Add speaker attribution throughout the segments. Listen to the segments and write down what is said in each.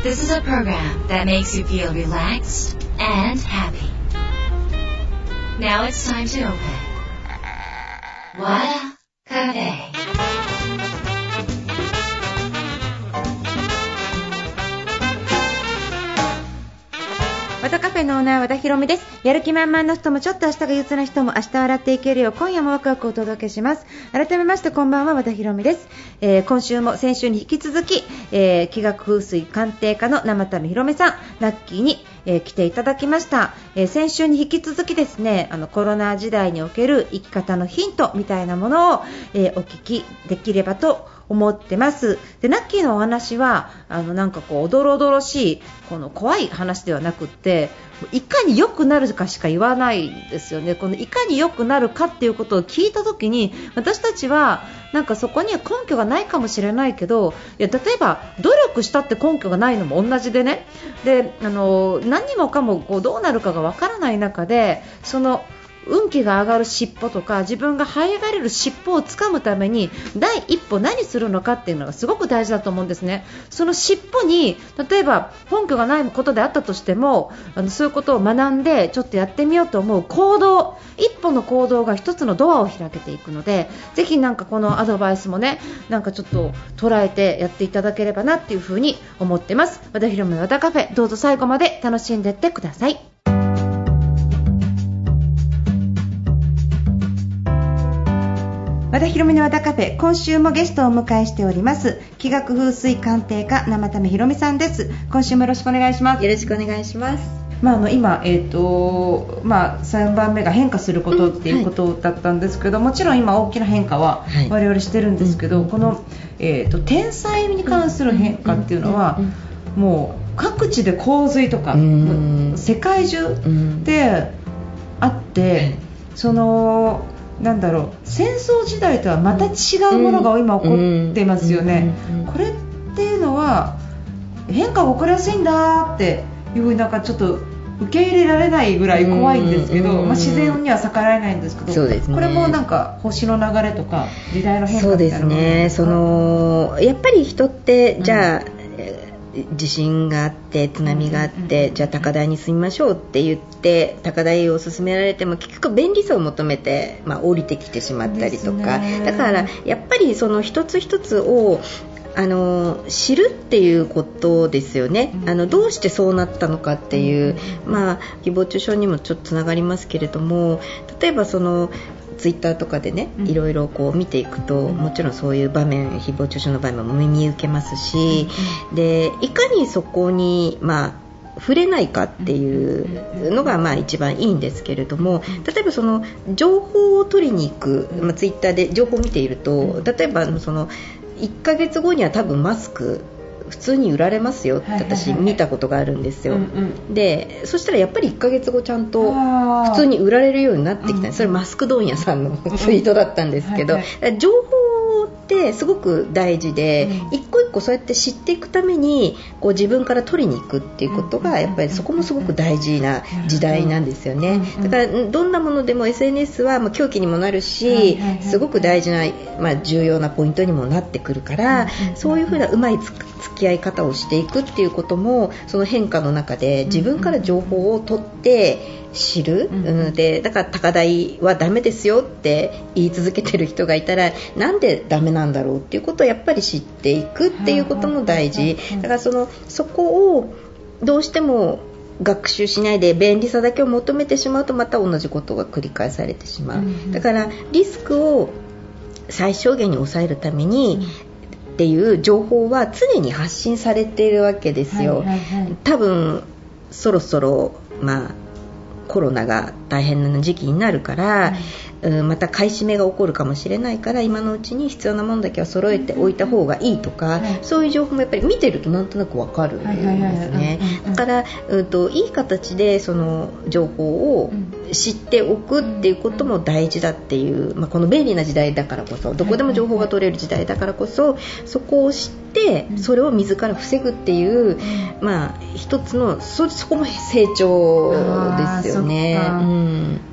Speaker 1: This is a program that makes you feel relaxed and happy. Now it's time to open Wada Cafe.
Speaker 2: 和田カフェのオーナー和田博美です。やる気満々の人もちょっと明日が憂鬱な人も明日笑っていけるよう今夜もワクワクお届けします。改めましてこんばんは和田博美です。今週も先週に引き続き、気学風水鑑定家の生田目博美さんラッキーに、来ていただきました。先週に引き続きですねコロナ時代における生き方のヒントみたいなものを、お聞きできればと思ってます。でラッキーのお話はなんかこうおどろおどろしいこの怖い話ではなくっていかに良くなるかしか言わないんですよね。このいかに良くなるかっていうことを聞いたときに私たちはなんかそこには根拠がないかもしれないけど例えば努力したって根拠がないのも同じでねで何にもかもこうどうなるかがわからない中でその運気が上がる尻尾とか自分が這い上がれる尻尾をつかむために第一歩何するのかっていうのがすごく大事だと思うんですね。その尻尾に例えば根拠がないことであったとしてもそういうことを学んでちょっとやってみようと思う行動一歩の行動が一つのドアを開けていくのでぜひなんかこのアドバイスもねなんかちょっと捉えてやっていただければなっていうふうに思ってます。和田博美の和田カフェどうぞ最後まで楽しんでいってください。和田博美の和田カフェ今週もゲストをお迎えしております気学風水鑑定家生田目博美さんです。今週もよろしくお願いします。
Speaker 3: よろしくお願いします。
Speaker 2: 今、3番目が変化することっていうことだったんですけど、もちろん今大きな変化は我々してるんですけど、この、天災に関する変化っていうのはもう各地で洪水とか世界中であってそのなんだろう戦争時代とはまた違うものが今起こっていますよね。これっていうのは変化が起こりやすいんだっていうふうになんかちょっと受け入れられないぐらい怖いんですけど、自然には逆らえないんですけど、
Speaker 3: そうですね、
Speaker 2: これもなんか星の流れとか時代の変化みたいなものですか？
Speaker 3: そうですね、やっぱり人ってじゃあ、地震があって津波があって、じゃあ高台に住みましょうって言って高台を勧められても結局便利さを求めて、降りてきてしまったりとか、だからやっぱりその一つ一つを知るっていうことですよね。どうしてそうなったのかっていう、誹謗中傷にもちょっとつながりますけれども、例えばそのツイッターとかでね、いろいろこう見ていくと、もちろんそういう場面誹謗中傷の場面も見受けますし、でいかにそこに触れないかっていうのが一番いいんですけれども、例えばその情報を取りに行く、ツイッターで情報を見ていると、例えばその1ヶ月後には多分マスク普通に売られますよって私見たことがあるんですよ。でそしたらやっぱり1ヶ月後ちゃんと普通に売られるようになってきた。それマスク問屋さんのツイートだったんですけど、情報ってすごく大事で、一個一個そうやって知っていくためにこう自分から取りに行くっていうことがやっぱりそこもすごく大事な時代なんですよね。だからどんなものでも SNS は狂気にもなるし、すごく大事な、重要なポイントにもなってくるから、そういうふうなうまい付き合い方をしていくっていうこともその変化の中で自分から情報を取って知る、でだから高台はダメですよって言い続けてる人がいたらなんでダメなんだろうっていうことをやっぱり知っていくっていうことも大事だから、そこをどうしても学習しないで便利さだけを求めてしまうとまた同じことが繰り返されてしまう。だからリスクを最小限に抑えるためにっていう情報は常に発信されているわけですよ。多分そろそろコロナが大変な時期になるから、また買い占めが起こるかもしれないから今のうちに必要なものだけは揃えておいた方がいいとか、そういう情報もやっぱり見てるとなんとなくわかるんですね。だから、いい形でその情報を知っておくっていうことも大事だっていう、この便利な時代だからこそどこでも情報が取れる時代だからこそ、そこを知ってそれを自ら防ぐっていう、一つのそこも成長ですよね。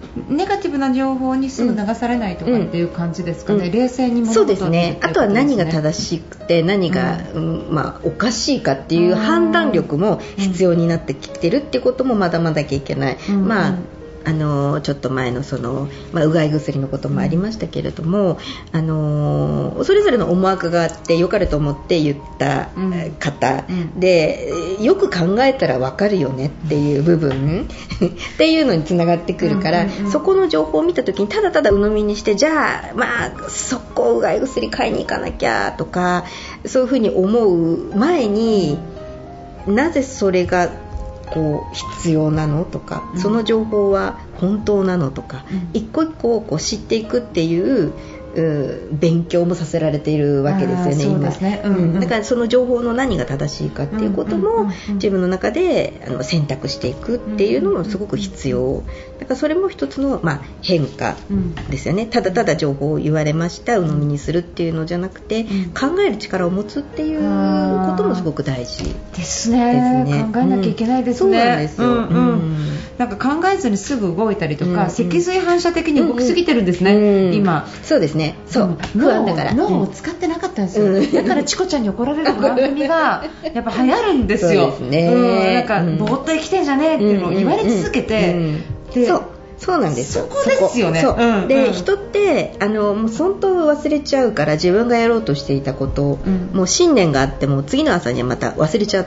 Speaker 2: ネガティブな情報にすぐ流されないとかっていう感じですかね、冷静に物
Speaker 3: そう
Speaker 2: 事を見る
Speaker 3: ですね。あとは何が正しくて何が、おかしいかっていう判断力も必要になってきてるっていうことも学ばなきゃいけない。ちょっと前のうがい薬のこともありましたけれども、それぞれの思惑があって良かれと思って言った方、でよく考えたら分かるよねっていう部分っていうのにつながってくるから、そこの情報を見た時にただただ鵜呑みにして、じゃあ速攻うがい薬買いに行かなきゃとかそういうふうに思う前に、なぜそれが必要なのとか、その情報は本当なのとか、一個一個知っていくっていう勉強もさせられているわけですよね、今。だからその情報の何が正しいかっていうことも自分の中で選択していくっていうのもすごく必要。だからそれも一つの、変化ですよね。ただただ情報を言われました鵜呑みにするっていうのじゃなくて、考える力を持つっていうこともすごく大事
Speaker 2: ですね。考えなきゃいけないですね。
Speaker 3: そうなんですよ。
Speaker 2: なんか考えずにすぐ動いたりとか、脊髄反射的に動きすぎてるんですね、今。
Speaker 3: そうですね。そう不安だから
Speaker 2: 脳を使ってなかったんですよ、だからチコちゃんに怒られる番組がやっぱ流行るんですよ。
Speaker 3: そうですね。
Speaker 2: なんかぼーっと生きてんじゃねえっていうのを言われ続けて、
Speaker 3: そうなんですよ。
Speaker 2: そこですよね。
Speaker 3: で、人ってもう本当忘れちゃうから、自分がやろうとしていたことを、もう信念があっても次の朝にはまた忘れちゃって、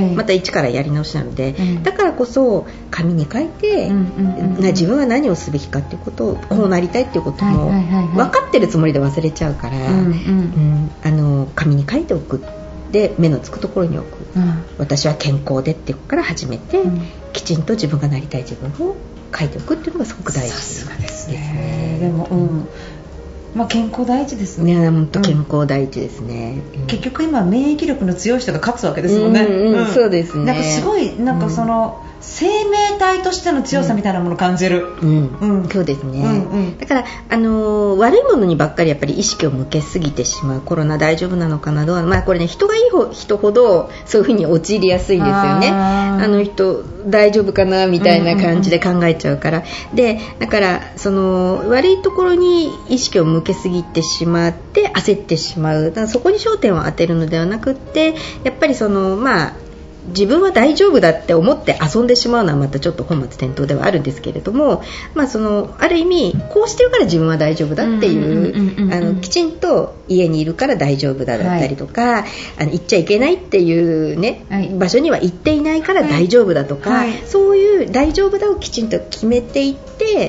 Speaker 3: また一からやり直しなので、だからこそ紙に書いて、自分は何をすべきかっていうことを、こうなりたいっていうことも分かってるつもりで忘れちゃうから、紙に書いておく。で目のつくところに置く、私は健康でっていうことから始めて、きちんと自分がなりたい自分を書いておくっていうのがすごく大事ですね。
Speaker 2: でも、健康第一ですね。
Speaker 3: 本当健康第一ですね。
Speaker 2: 結局今免疫力の強い人が勝つわけですもんね。
Speaker 3: そうですね。
Speaker 2: なんかすごいその生命体としての強さみたいなものを感じる。
Speaker 3: そうですね。だから悪いものにばっかりやっぱり意識を向けすぎてしまう。コロナ大丈夫なのかなどう、これね、人がいい人ほどそういうふうに陥りやすいんですよね。人大丈夫かなみたいな感じで考えちゃうから。でだからその悪いところに意識を向けすぎてしまって焦ってしまう。だからそこに焦点を当てるのではなくって、やっぱり自分は大丈夫だって思って遊んでしまうのはまたちょっと本末転倒ではあるんですけれども、ある意味こうしてるから自分は大丈夫だっていうきちんと家にいるから大丈夫だったりとか、行っちゃいけないっていうね、場所には行っていないから大丈夫だとか、そういう大丈夫だをきちんと決めていって、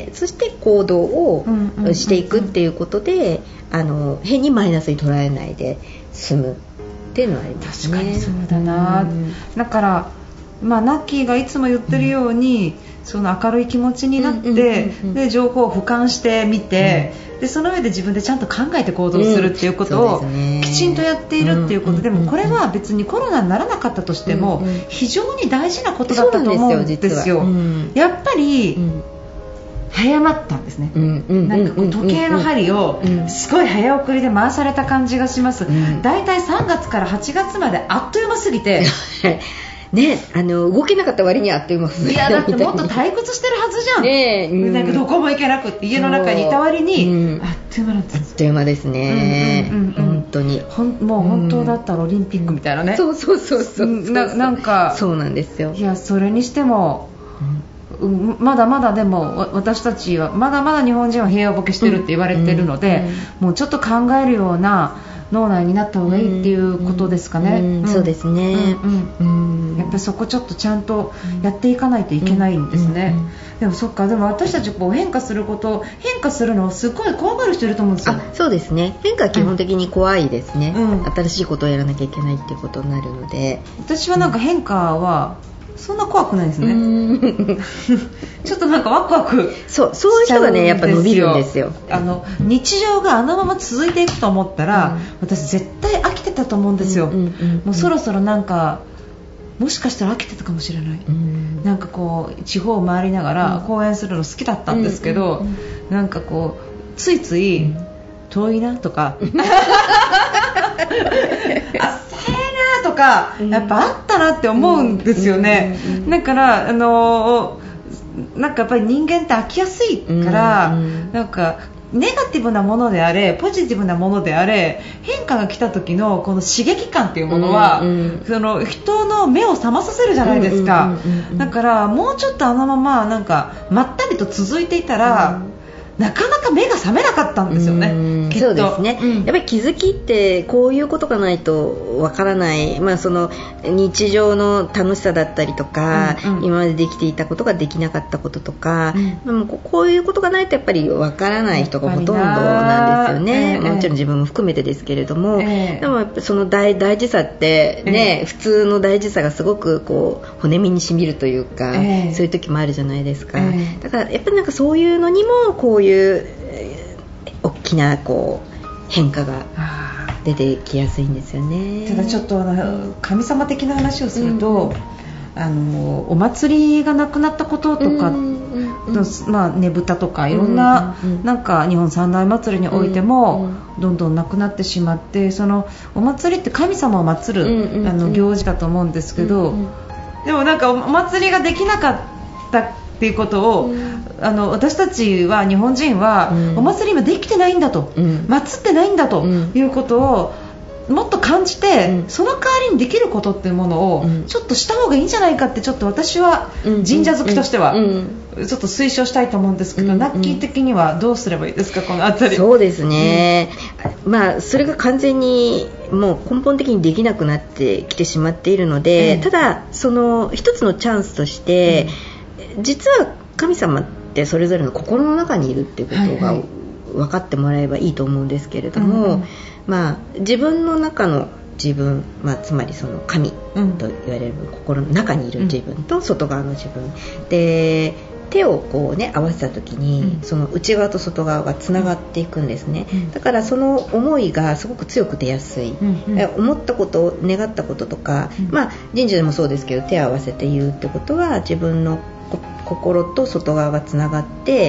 Speaker 3: そして行動をしていくっていうことで、変にマイナスに捉えないで済むっていうのはありますね。
Speaker 2: 確かにそうだな。だからナッキーがいつも言ってるように、その明るい気持ちになって、で情報を俯瞰してみて、でその上で自分でちゃんと考えて行動するっていうことをきちんとやっているっていうことでも、これは別にコロナにならなかったとしても非常に大事なことだったと思うんですよ。やっぱり早まったんですね。なんか時計の針をすごい早送りで回された感じがします。だいたい3月から8月まであっという間すぎて
Speaker 3: ね、動けなかった割にはあっという間すぎたみたいな。
Speaker 2: いやだってもっと退屈してるはずじゃん。なんかどこも行けなくって家の中にいた割に、あっという間なんです。
Speaker 3: あっという間ですね。本当に
Speaker 2: もう本当だったらオリンピックみたいなね。なんか
Speaker 3: そうなんですよ。
Speaker 2: いやそれにしてもまだまだでも私たちはまだまだ日本人は平和ボケしてるって言われてるので、もうちょっと考えるような脳内になった方がいいっていうことですかね。
Speaker 3: そうですね。
Speaker 2: やっぱりそこちょっとちゃんとやっていかないといけないんですね。でもそっか、でも私たち変化するのをすごい怖がる人いると思うんですよ。
Speaker 3: そうですね。変化は基本的に怖いですね。新しいことをやらなきゃいけないっていうことになるので、
Speaker 2: 私はなんか変化はそんな怖くないですね。ちょっとなんかワクワク
Speaker 3: そういう人がねやっぱ伸びるんですよ。
Speaker 2: 日常があのまま続いていくと思ったら、私絶対飽きてたと思うんですよ。もうそろそろなんかもしかしたら飽きてたかもしれない。なんか地方を回りながら講演するの好きだったんですけど、なんかついつい遠いなとかとかやっぱあったなって思うんですよね。だからなんかやっぱり人間って飽きやすいから、なんかネガティブなものであれポジティブなものであれ変化が来た時のこの刺激感っていうものは、その人の目を覚まさせるじゃないですか。だからもうちょっとあのままなんかまったりと続いていたら、なかなか目が覚めなかったんですよね。きっと
Speaker 3: そうですね、やっぱり気づきってこういうことがないとわからない、その日常の楽しさだったりとか、今までできていたことができなかったこととか、こういうことがないとやっぱりわからない人がほとんどなんですよね。もちろん自分も含めてですけれども、でもやっぱその大事さってね、普通の大事さがすごくこう骨身に染みるというか、そういう時もあるじゃないですか。だからやっぱりなんかそういうのにもこういう大きなこう変化が出てきやすいんですよね。
Speaker 2: ただちょっと神様的な話をすると、お祭りがなくなったこととか、ねぶたとかいろんな、なんか日本三大祭りにおいてもどんどんなくなってしまって、そのお祭りって神様を祭る、行事だと思うんですけど、でもなんかお祭りができなかったっていうことを、私たちは日本人は、お祭り今できてないんだと、祭ってないんだということをもっと感じて、その代わりにできることっていうものをちょっとした方がいいんじゃないかって、ちょっと私は神社好きとしてはちょっと推奨したいと思うんですけど、ナッキー的にはどうすればいいですか、このあたり。
Speaker 3: そうですね、それが完全にもう根本的にできなくなってきてしまっているので、ただその一つのチャンスとして、実は神様ってそれぞれの心の中にいるっていうことが分かってもらえばいいと思うんですけれども、自分の中の自分、つまりその神と言われる心の中にいる自分と外側の自分で、手をこうね合わせた時に、その内側と外側がつながっていくんですね。だからその思いがすごく強く出やすい、思ったこと願ったこととか、神社でもそうですけど、手を合わせて言うってことは自分の心と外側がつながって、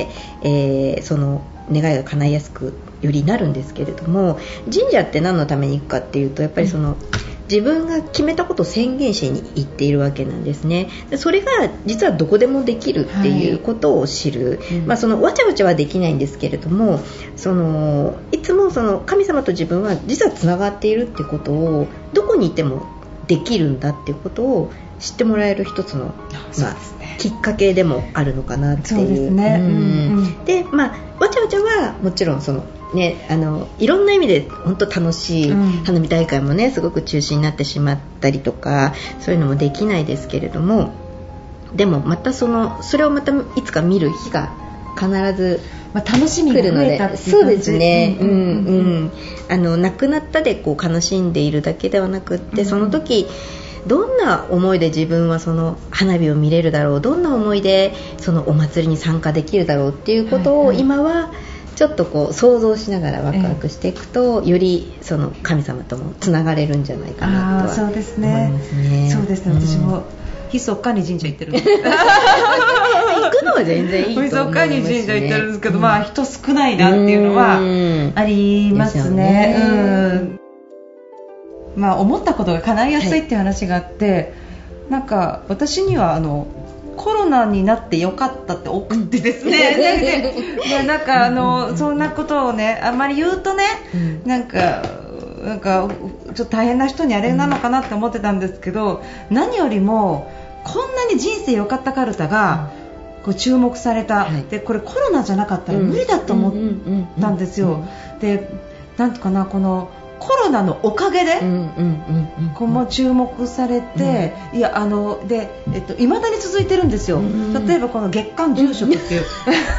Speaker 3: その願いが叶いやすくよりなるんですけれども、神社って何のために行くかっていうと、やっぱりその自分が決めたことを宣言しに行っているわけなんですね。でそれが実はどこでもできるっていうことを知る、そのわちゃわちゃはできないんですけれども、そのいつもその神様と自分は実はつながっているってことをどこにいてもできるんだっていうことを知ってもらえる一つの、きっかけでもあるのかなっていう。そうですね。で、わちゃわちゃはもちろんそのね、いろんな意味で本当楽しい、花火大会もねすごく中止になってしまったりとか、そういうのもできないですけれども、でもまたそれをまたいつか見る日が必ず
Speaker 2: 楽しみが増えたっていう感じ。
Speaker 3: そうですね。亡くなったでこう悲しんでいるだけではなくって、その時どんな思いで自分はその花火を見れるだろう、どんな思いでそのお祭りに参加できるだろうっていうことを今はちょっとこう想像しながらワクワクしていくと、よりその神様ともつながれるんじゃないかなとは思いますね。
Speaker 2: そうですね。私もひそかに神社行ってるんです
Speaker 3: 行くのは全然いいと思いますね。ひそかに
Speaker 2: 神社行ってるんですけど、人少ないなっていうのはありますね。思ったことが叶いやすいっていう話があって、なんか私にはコロナになってよかったって送ってですね、なんかそんなことをねあんまり言うとね、なんかちょっと大変な人にあれなのかなって思ってたんですけど、何よりもこんなに人生よかったカルタがこう注目された、でこれコロナじゃなかったら無理だと思ったんですよ。でなんとかな、このコロナのおかげでこう注目されて、いやで未だに続いてるんですよ。例えばこの月刊住職っていう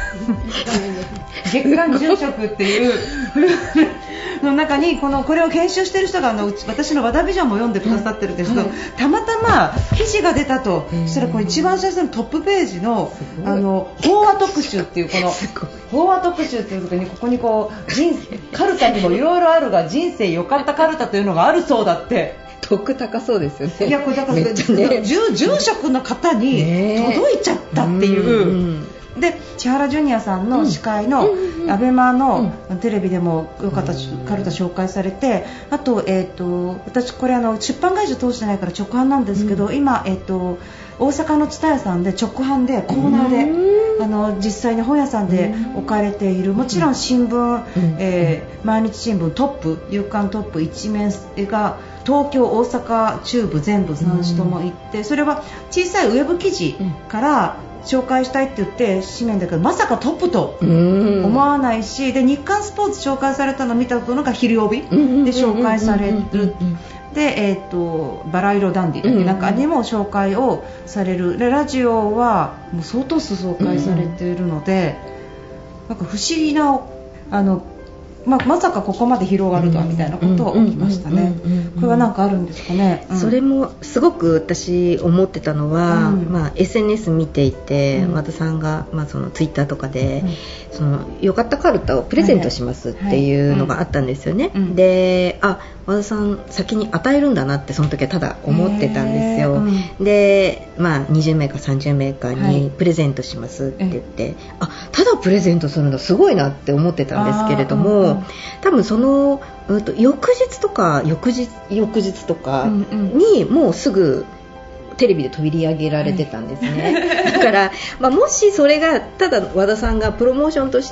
Speaker 2: 月刊住職っていうの中にこれを編集してる人が私の和田ビジョンも読んでくださってるんですけど、たまたま記事が出たと、そしたらこの一番最初のトップページの法話特集っていうこの法話特集っていうところにここにこうカルタにもいろいろあるが人生よかったカルタというのがあるそうだって。
Speaker 3: 得高そうですよね。
Speaker 2: いやこれだから、住職の方に届いちゃったっていう。 で千原ジュニアさんの司会のアベマのテレビでもよかったカルタ紹介されて、あと、私これ出版会社通してないから直販なんですけど、今、大阪の蔦屋さんで直販でコーナーで実際に本屋さんで置かれている、もちろん新聞、毎日新聞トップ、夕刊トップ一面が東京、大阪、中部全部3紙とも行って、それは小さいウェブ記事から紹介したいって言って紙面だけど、まさかトップと思わないし、で日刊スポーツ紹介されたのを見たのが昼曜日で紹介される。で、バラ色ダンディなんかにも紹介をされる。でラジオはもう相当数紹介されているので、なんか不思議なまさかここまで広がるとはみたいなことを起きましたね。これは何かあるんですかね。
Speaker 3: それもすごく私思ってたのは、SNS 見ていて、和田さんが、そのツイッターとかで、そのよかったカルタをプレゼントしますっていうのがあったんですよね。で、和田さん先に与えるんだなってその時はただ思ってたんですよ。で、20名か30名かにプレゼントしますって言って、ただプレゼントするのすごいなって思ってたんですけれども、多分その、翌日とか翌日とかにもうすぐテレビで取り上げられてたんですね。だから、もしそれがただ和田さんがプロモーションとして、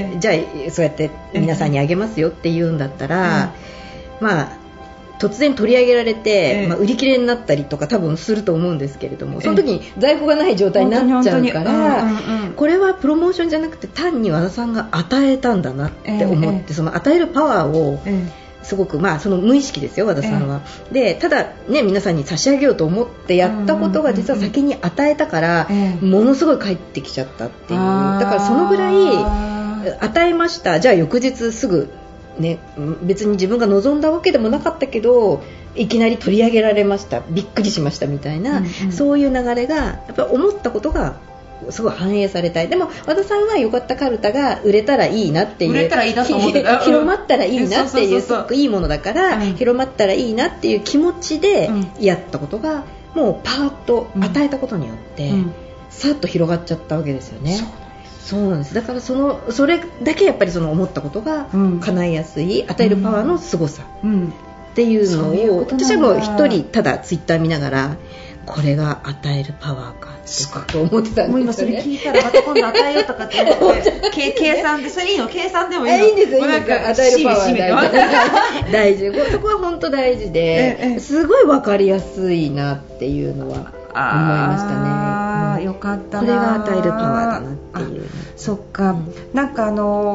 Speaker 3: じゃあそうやって皆さんにあげますよって言うんだったら、突然取り上げられて、売り切れになったりとか多分すると思うんですけれども、その時に在庫がない状態になっちゃうから、これはプロモーションじゃなくて単に和田さんが与えたんだなって思って、その与えるパワーをすごく、その無意識ですよ和田さんは。でただね、皆さんに差し上げようと思ってやったことが実は先に与えたから、ものすごい返ってきちゃったっていう。だからそのぐらい与えました、じゃあ翌日すぐね、別に自分が望んだわけでもなかったけどいきなり取り上げられました、びっくりしましたみたいな、そういう流れがやっぱり思ったことがすごい反映されたい。でも和田さんはよかったカルタが売れたらいいなっていう、広まったらいいなっていう、すごくいいものだから、広まったらいいなっていう気持ちでやったことが、もうパーッと与えたことによって、さっと広がっちゃったわけですよね。そうなんです。だからそれだけやっぱりその思ったことが叶いやすい、与えるパワーの凄さっていうのを、私はもう一人ただツイッター見ながら、これが与えるパワーかと思ってたんですよね。もう今それ聞いたらまた今度与えようとかって思って計算で、それいいの、計算でもいいの。いいんですよ、与えるパワー大事そこは本当大事で、すごい分かりやすいなっていうのは思いましたね。
Speaker 2: よかったな。
Speaker 3: これが与えるパワーだなっていう。
Speaker 2: そっか、なんか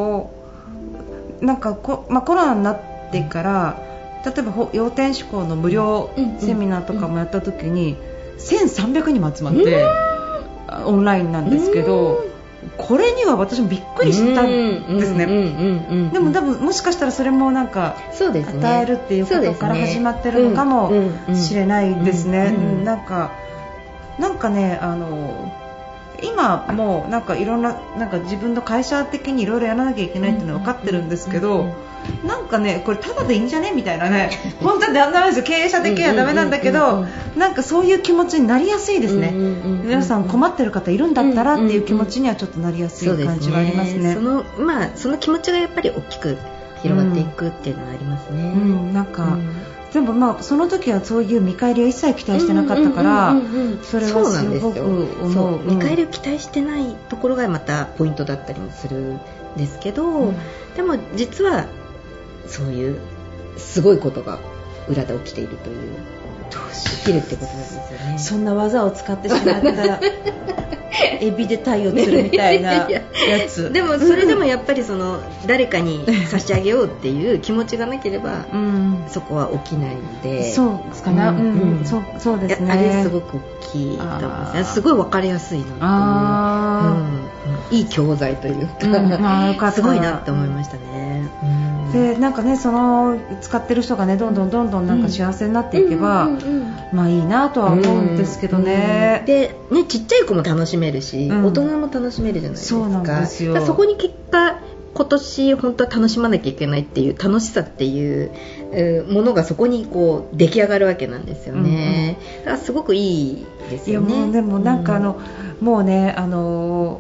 Speaker 2: コロナになってから例えば要点思考の無料セミナーとかもやった時に、1300人も集まって、オンラインなんですけど、これには私もびっくりしたんですね。でも多分もしかしたらそれもなんか与えるっていうことから始まってるのかもしれないですね。なんかね、今もなんかいろんな、なんか自分の会社的にいろいろやらなきゃいけないっていうのは分かってるんですけど、なんかね、これただでいいんじゃねみたいなね、本当にダメですよ、経営者的にはダメなんだけど、なんかそういう気持ちになりやすいですね。皆さん困ってる方いるんだったらっていう気持ちにはちょっとなりやすい感じはありますね。
Speaker 3: その気持ちがやっぱり大きく広がっていくっていうのはありますね。
Speaker 2: なんかでもその時はそういう見返りを一切期待してなかったから、それはすごく思う。
Speaker 3: 見返りを期待してないところがまたポイントだったりもするんですけど、でも実はそういうすごいことが裏で起きているという、起きるってことなんですよね。
Speaker 2: そんな技を使ってしまったエビで鯛を釣るみたいなやつ
Speaker 3: でもそれでもやっぱり誰かに差し上げようっていう気持ちがなければ、そこは起きないので、
Speaker 2: そうですかね。そうですね。
Speaker 3: あれすごく大きいと思いますね。すごい分かりやすいなっていう、いい教材というか、すごいなって思いましたね。
Speaker 2: でなんかね、使ってる人がね、どんどんなんか幸せになっていけば、いいなとは思うんですけどね。
Speaker 3: でね、ちっちゃい子も楽しめるし、大人も楽しめるじゃないですか。
Speaker 2: そうなんですよ。
Speaker 3: そこに結果今年本当は楽しまなきゃいけないっていう楽しさっていうものがそこにこう出来上がるわけなんですよね。だからすごくいいですよね。
Speaker 2: でもなんかもうね、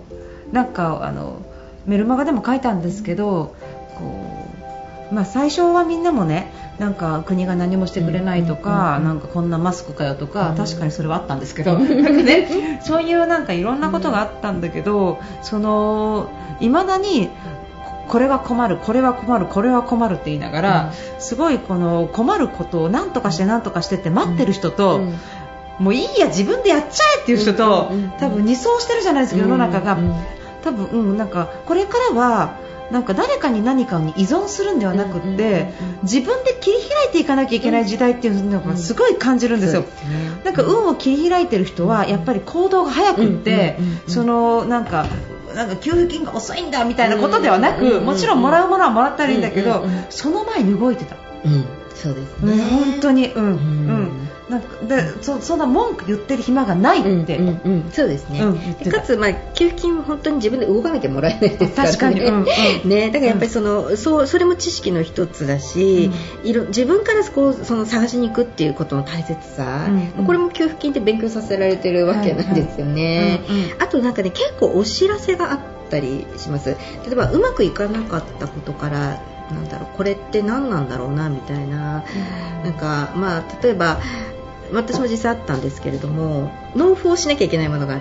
Speaker 2: なんかメルマガでも書いたんですけど、最初はみんなもね、なんか国が何もしてくれないとか、なんかこんなマスクかよとか、確かにそれはあったんですけど、なんかね、そういうなんかいろんなことがあったんだけど、未だにこれは困る、これは困る、これは困るって言いながら、すごいこの困ることをなんとかしてなんとかしてって待ってる人と、もういいや自分でやっちゃえっていう人と、多分二層してるじゃないですか、世の中が。多分、なんかこれからはなんか誰かに何かに依存するんではなくって、自分で切り開いていかなきゃいけない時代っていうのがすごい感じるんですよ。なんか運を切り開いてる人はやっぱり行動が早くって、なんか給付金が遅いんだみたいなことではなく、もちろんもらうものはもらったらいいんだけど、その前に動いてた。
Speaker 3: そうですね、
Speaker 2: 本当に、なんかそんな文句言ってる暇がないって、
Speaker 3: そうですね、かつ、給付金は本当に自分で動かなきゃもらえないですからね。確かに、ね、だからやっぱりそれも知識の一つだし、自分からその探しに行くっていうことの大切さ、これも給付金って勉強させられてるわけなんですよね。あとなんかね、結構お知らせがあったりします。例えばうまくいかなかったことから、なんだろう、これって何なんだろうなみたいな、なんか例えば私も実際あったんですけれども、納付をしなきゃいけないものがあって、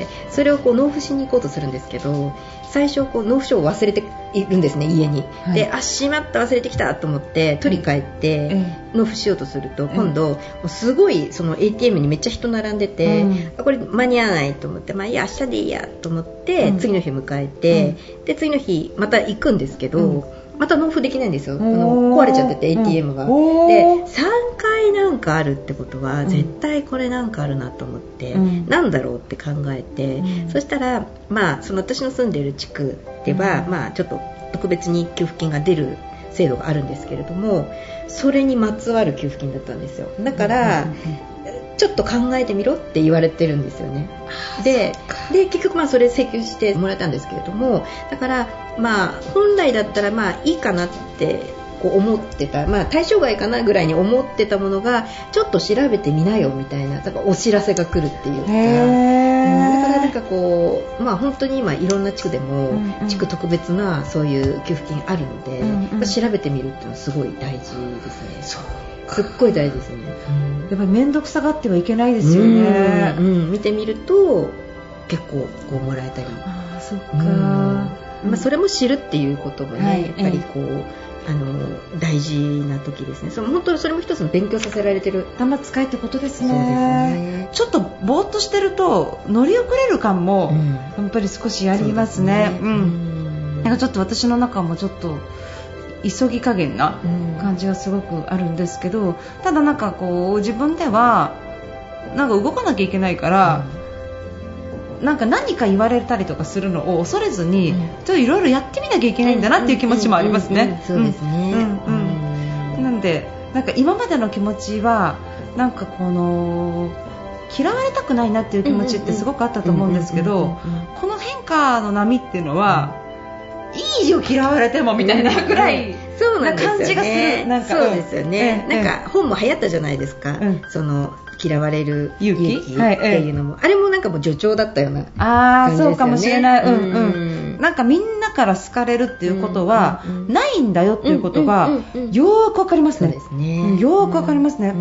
Speaker 3: それを納付しに行こうとするんですけど、最初納付書を忘れているんですね、家に。で、しまった、忘れてきたと思って取り帰って納付しようとすると、今度すごいその ATM にめっちゃ人並んでて、これ間に合わないと思って、いや明日でいいやと思って次の日迎えて、で次の日また行くんですけど、また納付できないんですよ。壊れちゃってて ATM が。で、3回なんかあるってことは、絶対これなんかあるなと思って、なんだろうって考えて、そしたらその私の住んでいる地区では、ちょっと特別に給付金が出る制度があるんですけれども、それにまつわる給付金だったんですよ。だから、ちょっと考えてみろって言われてるんですよね。で結局それ請求してもらったんですけれども、だから本来だったらいいかなって思ってた、対象外かなぐらいに思ってたものが、ちょっと調べてみなよみたいな、だからお知らせが来るっていうか、だからなんか本当に今いろんな地区でも、地区特別なそういう給付金あるので、調べてみるっていうのはすごい大事ですね。すっごい大事ですよね。
Speaker 2: やっぱり面倒くさがってはいけないですよね。
Speaker 3: 見てみると結構もらえたり。
Speaker 2: そっか。
Speaker 3: それも知るっていうこともね、やっぱり大事な時ですね。本当にそれも一つの勉強させられてる
Speaker 2: 頭使いってことですね。
Speaker 3: そうですね。
Speaker 2: ちょっとぼーっとしてると乗り遅れる感もやっぱり少しありますね。なんかちょっと私の中もちょっと急ぎ加減な感じがすごくあるんですけど、ただなんか自分ではなんか動かなきゃいけないから、なんか何か言われたりとかするのを恐れずに、ちょっといろいろやってみなきゃいけないんだなっていう気持ちもありますね。
Speaker 3: そうですね。
Speaker 2: なんでなんか今までの気持ちはなんか嫌われたくないなっていう気持ちってすごくあったと思うんですけど、この変化の波っていうのはいいよ嫌われてもみたいなぐらいな感じがする。なんか
Speaker 3: そうですよね。なんか本も流行ったじゃないですか。その嫌われる勇気っていうのも、あれもなんかもう助長だったような感じですよね。そうかもしれない。なんかみんなから好かれるっていうことはないんだよっていうことがよーくわかりますね。そうですね。よーくわかりますね。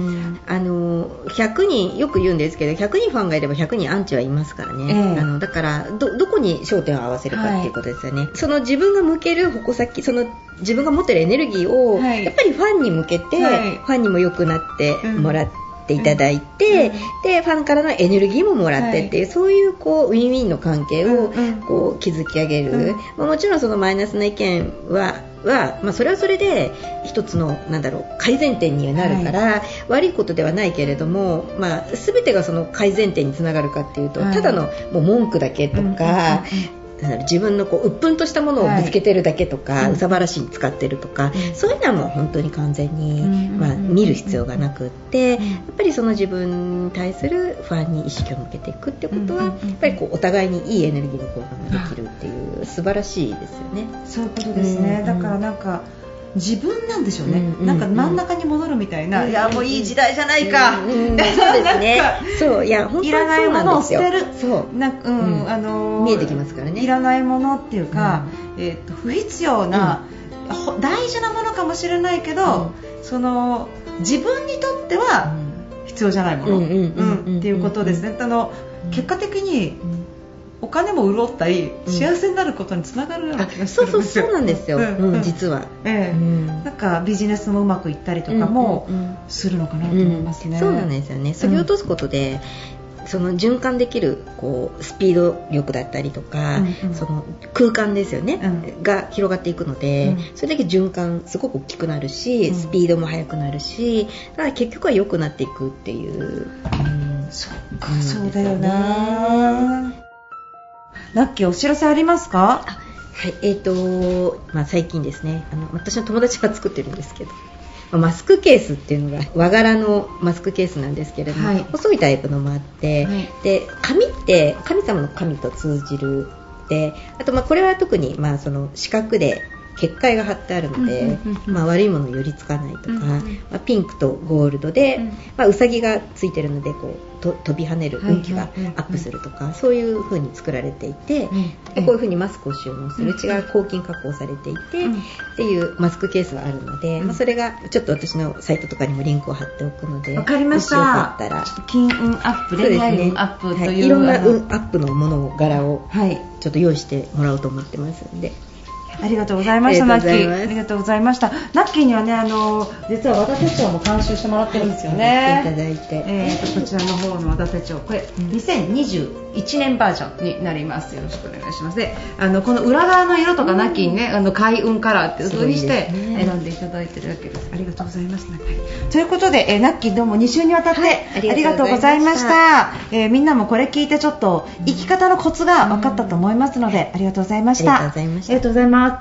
Speaker 3: 100人よく言うんですけど、100人ファンがいれば100人アンチはいますからね。だからどこに焦点を合わせるかっていうことですよね。その自分が向ける矛先、その自分が持ってるエネルギーをやっぱりファンに向けて、ファンにも良くなってもらっていただいて、でファンからのエネルギーももらってっていう、そういうウィンウィンの関係を築き上げる。もちろんそのマイナスな意見はそれはそれで一つの改善点にはなるから、悪いことではないけれども、全てがその改善点につながるかっていうと、ただのもう文句だけとか、自分の鬱憤としたものをぶつけてるだけとか、うさばらしに使ってるとか、そういうのはもう本当に完全に、見る必要がなくって、やっぱりその自分に対するファンに意識を向けていくってことは、やっぱりお互いにいいエネルギーの交換ができるっていう素晴らしいですよね。
Speaker 2: そういうことですね。だからなんか自分なんでしょうね、
Speaker 3: うんうんうん、
Speaker 2: なんか真ん中に戻るみたいな、いやもういい時代じゃないか、
Speaker 3: そうですねそう、いや本当に
Speaker 2: いらないものを捨てる、
Speaker 3: そう
Speaker 2: なんか、
Speaker 3: 見えてきますからね、
Speaker 2: いらないものっていうか、不必要な、大事なものかもしれないけど、その自分にとっては必要じゃないものっていうことですね。結果的にお金も潤ったり、幸せになることにつながるような気がするんですよ。
Speaker 3: そうなんですよ、実は、
Speaker 2: なんかビジネスもうまくいったりとかもするのかなと思いますね。
Speaker 3: そうなんですよね。削ぎ落とすことで、その循環できるこうスピード力だったりとか、その空間ですよね、が広がっていくので、それだけ循環すごく大きくなるし、スピードも速くなるし、だから結局は良くなっていくっていう、
Speaker 2: そっか、そうだよな。ラッキー、お知らせありますか？
Speaker 3: はい、最近ですね、私の友達が作ってるんですけど、マスクケースっていうのが和柄のマスクケースなんですけれども、細いタイプのもあって、で紙って神様の神と通じるで、あとこれは特にその四角で結界が貼ってあるので、悪いもの寄りつかないとか、ピンクとゴールドで、うさぎがついてるのでこう飛び跳ねる運気がアップするとか、そういう風に作られていて、でこういう風にマスクを収納する内側が抗菌加工されていて、っていうマスクケースがあるので、それがちょっと私のサイトとかにもリンクを貼っておくので、
Speaker 2: わかりました。
Speaker 3: もしよかったら
Speaker 2: 金運アップで、運アップという、
Speaker 3: いろんな運アップのもの柄をちょっと用意してもらおうと思ってますので。
Speaker 2: ありがとうございました。ナッキー、ありがとうございました。ナッキーにはね、実は和田手帳も監修してもらってるんですよね。
Speaker 3: いただいて、
Speaker 2: こちらの方の和田手帳、これ2021年バージョンになります。よろしくお願いします。で、この裏側の色とかナッキーにね、開運カラーっていう風にして選んでいただいてるわけです。ありがとうございます。ということで、ナッキーどうも2週にわたってありがとうございました。みんなもこれ聞いてちょっと生き方のコツが分かったと思いますので、ありがとうございました。
Speaker 3: ありがとうございました。
Speaker 2: ありがとうございます。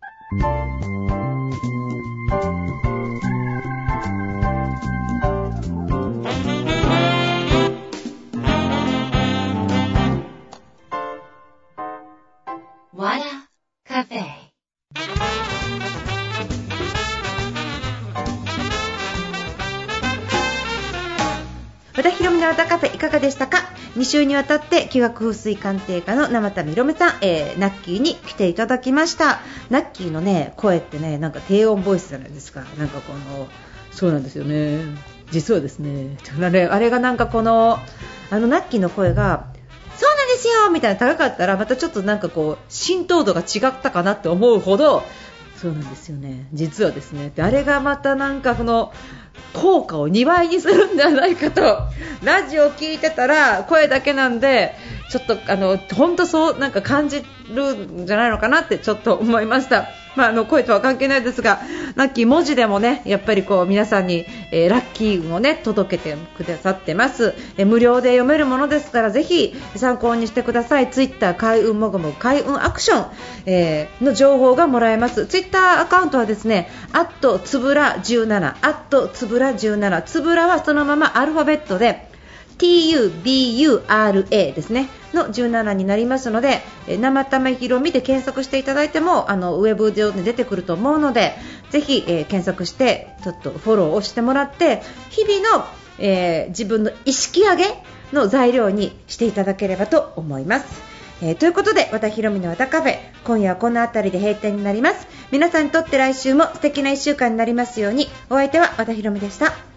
Speaker 2: 和田博美の和田カフェいかがでしたか？2週にわたって気学風水鑑定家の生田みろめさん、ナッキーに来ていただきました。ナッキーのね声ってね、なんか低音ボイスじゃないですか。なんかそうなんですよね。実はですね、あれがなんかナッキーの声がそうなんですよみたいな高かったら、またちょっとなんか浸透度が違ったかなって思うほど、そうなんですよね。実はですね、あれがまたなんか効果を2倍にするんじゃないかと、ラジオを聞いてたら声だけなんでちょっと本当そうなんか感じるんじゃないのかなってちょっと思いました。声とは関係ないですが、ラッキー文字でもね、やっぱり皆さんに、ラッキー運をね届けてくださってます。無料で読めるものですから、ぜひ参考にしてください。ツイッター開運もごも開運アクション、の情報がもらえます。ツイッターアカウントはですね、つぶら17、つぶら17、つぶらはそのままアルファベットでTUBURA ですねの17になりますので、生田目ひろみで検索していただいてもウェブ上で出てくると思うので、ぜひ、検索してちょっとフォローをしてもらって、日々の、自分の意識上げの材料にしていただければと思います。ということで、和田ひろみの和田カフェ、今夜はこの辺りで閉店になります。皆さんにとって来週も素敵な1週間になりますように。お相手は和田ひろみでした。